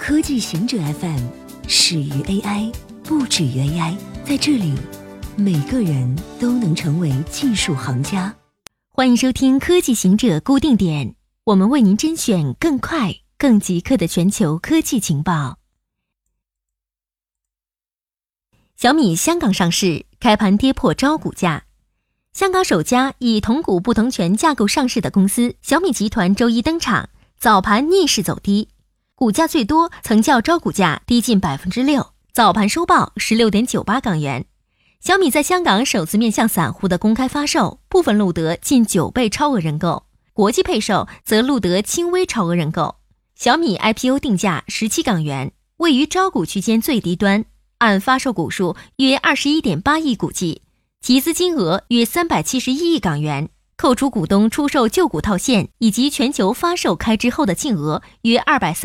科技行者 FM 始于 AI， 不止于 AI。在这里，每个人都能成为技术行家。欢迎收听科技行者固定点，我们为您甄选更快、更即刻的全球科技情报。小米香港上市，开盘跌破招股价。香港首家以同股不同权架构上市的公司小米集团周一登场，早盘逆势走低，股价最多曾较招股价低近 6%， 早盘收报 16.98 港元。小米在香港首次面向散户的公开发售，部分录得近9倍超额认购，国际配售则录得轻微超额认购。小米 IPO 定价17港元，位于招股区间最低端，按发售股数约 21.8 亿股计，集资金额约371亿港元，扣除股东出售旧股套现以及全球发售开支后的净额约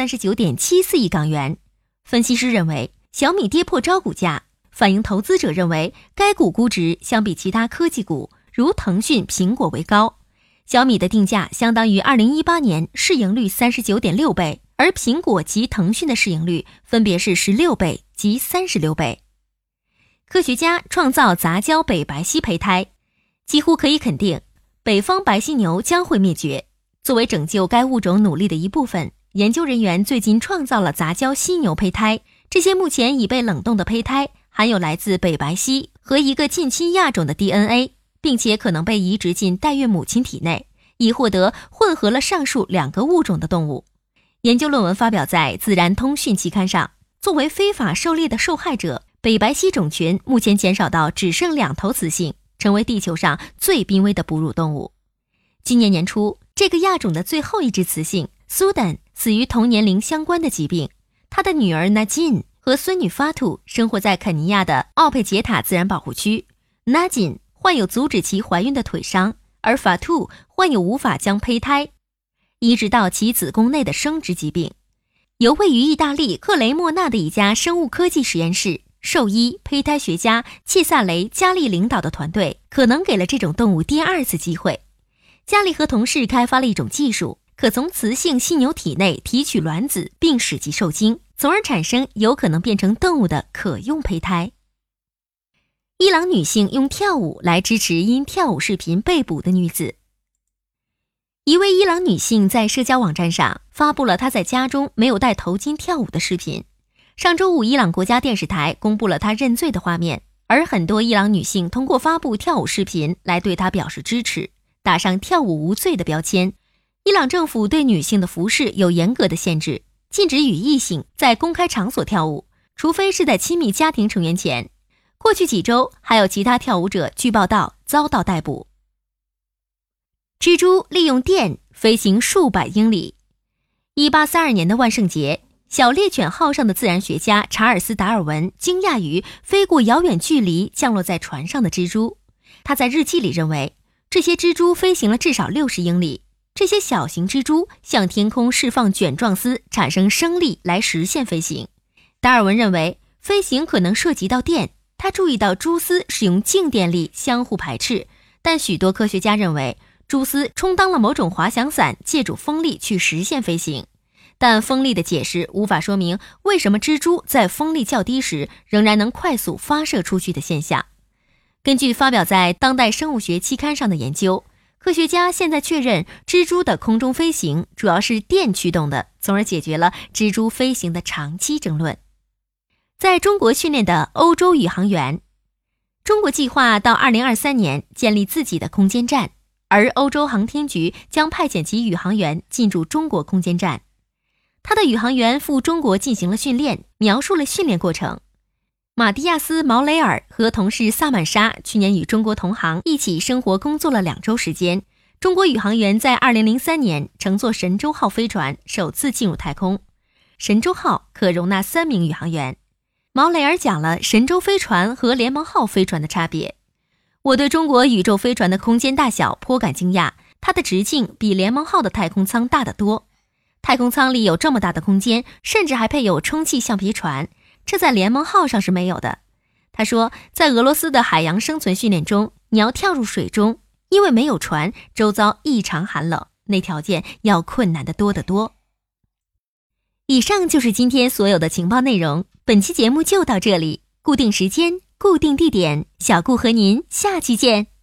239.74 亿港元。分析师认为，小米跌破招股价，反映投资者认为该股估值相比其他科技股如腾讯、苹果为高。小米的定价相当于2018年市盈率 39.6 倍，而苹果及腾讯的市盈率分别是16倍及36倍。科学家创造杂交北白犀胚胎，几乎可以肯定北方白犀牛将会灭绝。作为拯救该物种努力的一部分，研究人员最近创造了杂交犀牛胚胎，这些目前已被冷冻的胚胎含有来自北白犀和一个近亲亚种的 DNA， 并且可能被移植进代孕母亲体内，以获得混合了上述2个物种的动物。研究论文发表在《自然通讯》期刊上。作为非法狩猎的受害者，北白犀种群目前减少到只剩2头雌性，成为地球上最濒危的哺乳动物。今年年初，这个亚种的最后一只雌性苏丹死于同年龄相关的疾病，她的女儿 Najin 和孙女发兔生活在肯尼亚的奥佩杰塔自然保护区。 Najin 患有阻止其怀孕的腿伤，而法兔患有无法将胚胎移植到其子宫内的生殖疾病。由位于意大利克雷莫纳的一家生物科技实验室兽医、胚胎学家切萨雷·加利领导的团队可能给了这种动物第2次机会。加利和同事开发了一种技术，可从雌性犀牛体内提取卵子并使其受精，从而产生有可能变成动物的可用胚胎。伊朗女性用跳舞来支持因跳舞视频被捕的女子。一位伊朗女性在社交网站上发布了她在家中没有戴头巾跳舞的视频。上周五，伊朗国家电视台公布了她认罪的画面，而很多伊朗女性通过发布跳舞视频来对她表示支持，打上跳舞无罪的标签。伊朗政府对女性的服饰有严格的限制，禁止与异性在公开场所跳舞，除非是在亲密家庭成员前。过去几周，还有其他跳舞者据报道遭到逮捕。蜘蛛利用电飞行数百英里。1832年的万圣节，小猎犬号上的自然学家查尔斯·达尔文惊讶于飞过遥远距离降落在船上的蜘蛛。他在日记里认为，这些蜘蛛飞行了至少60英里。这些小型蜘蛛向天空释放卷状丝，产生升力来实现飞行。达尔文认为飞行可能涉及到电，他注意到蛛丝使用静电力相互排斥，但许多科学家认为蛛丝充当了某种滑翔伞，借助风力去实现飞行。但风力的解释无法说明为什么蜘蛛在风力较低时仍然能快速发射出去的现象。根据发表在《当代生物学》期刊上的研究，科学家现在确认蜘蛛的空中飞行主要是电驱动的，从而解决了蜘蛛飞行的长期争论。在中国训练的欧洲宇航员，中国计划到2023年建立自己的空间站，而欧洲航天局将派遣其宇航员进驻中国空间站。他的宇航员赴中国进行了训练，描述了训练过程。马蒂亚斯·毛雷尔和同事萨曼莎去年与中国同行一起生活工作了2周时间。中国宇航员在2003年乘坐神舟号飞船首次进入太空。神舟号可容纳3名宇航员。毛雷尔讲了神舟飞船和联盟号飞船的差别。我对中国宇宙飞船的空间大小颇感惊讶，它的直径比联盟号的太空舱大得多。太空舱里有这么大的空间，甚至还配有充气橡皮船，这在联盟号上是没有的。他说，在俄罗斯的海洋生存训练中，你要跳入水中，因为没有船，周遭异常寒冷，那条件要困难得多得多。 以上就是今天所有的情报内容，本期节目就到这里，固定时间，固定地点，小顾和您下期见。